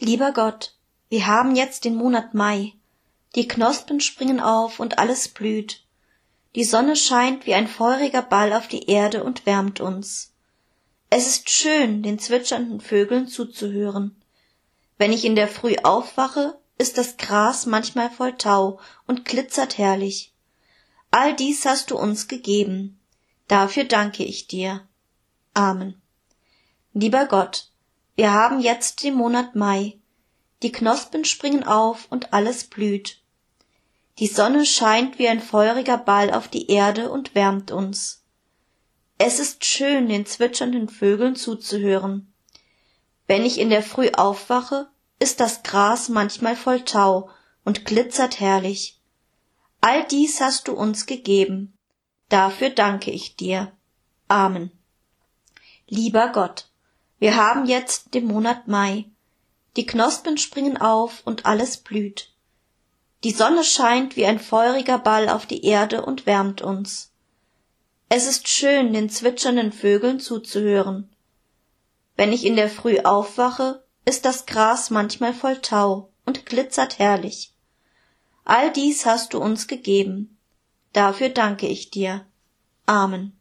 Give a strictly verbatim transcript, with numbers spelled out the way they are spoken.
Lieber Gott, wir haben jetzt den Monat Mai. Die Knospen springen auf und alles blüht. Die Sonne scheint wie ein feuriger Ball auf die Erde und wärmt uns. Es ist schön, den zwitschernden Vögeln zuzuhören. Wenn ich in der Früh aufwache, ist das Gras manchmal voll Tau und glitzert herrlich. All dies hast du uns gegeben. Dafür danke ich dir. Amen. Lieber Gott, wir haben jetzt den Monat Mai. Die Knospen springen auf und alles blüht. Die Sonne scheint wie ein feuriger Ball auf die Erde und wärmt uns. Es ist schön, den zwitschernden Vögeln zuzuhören. Wenn ich in der Früh aufwache, ist das Gras manchmal voll Tau und glitzert herrlich. All dies hast du uns gegeben. Dafür danke ich dir. Amen. Lieber Gott, wir haben jetzt den Monat Mai. Die Knospen springen auf und alles blüht. Die Sonne scheint wie ein feuriger Ball auf die Erde und wärmt uns. Es ist schön, den zwitschernden Vögeln zuzuhören. Wenn ich in der Früh aufwache, ist das Gras manchmal voll Tau und glitzert herrlich. All dies hast du uns gegeben. Dafür danke ich dir. Amen.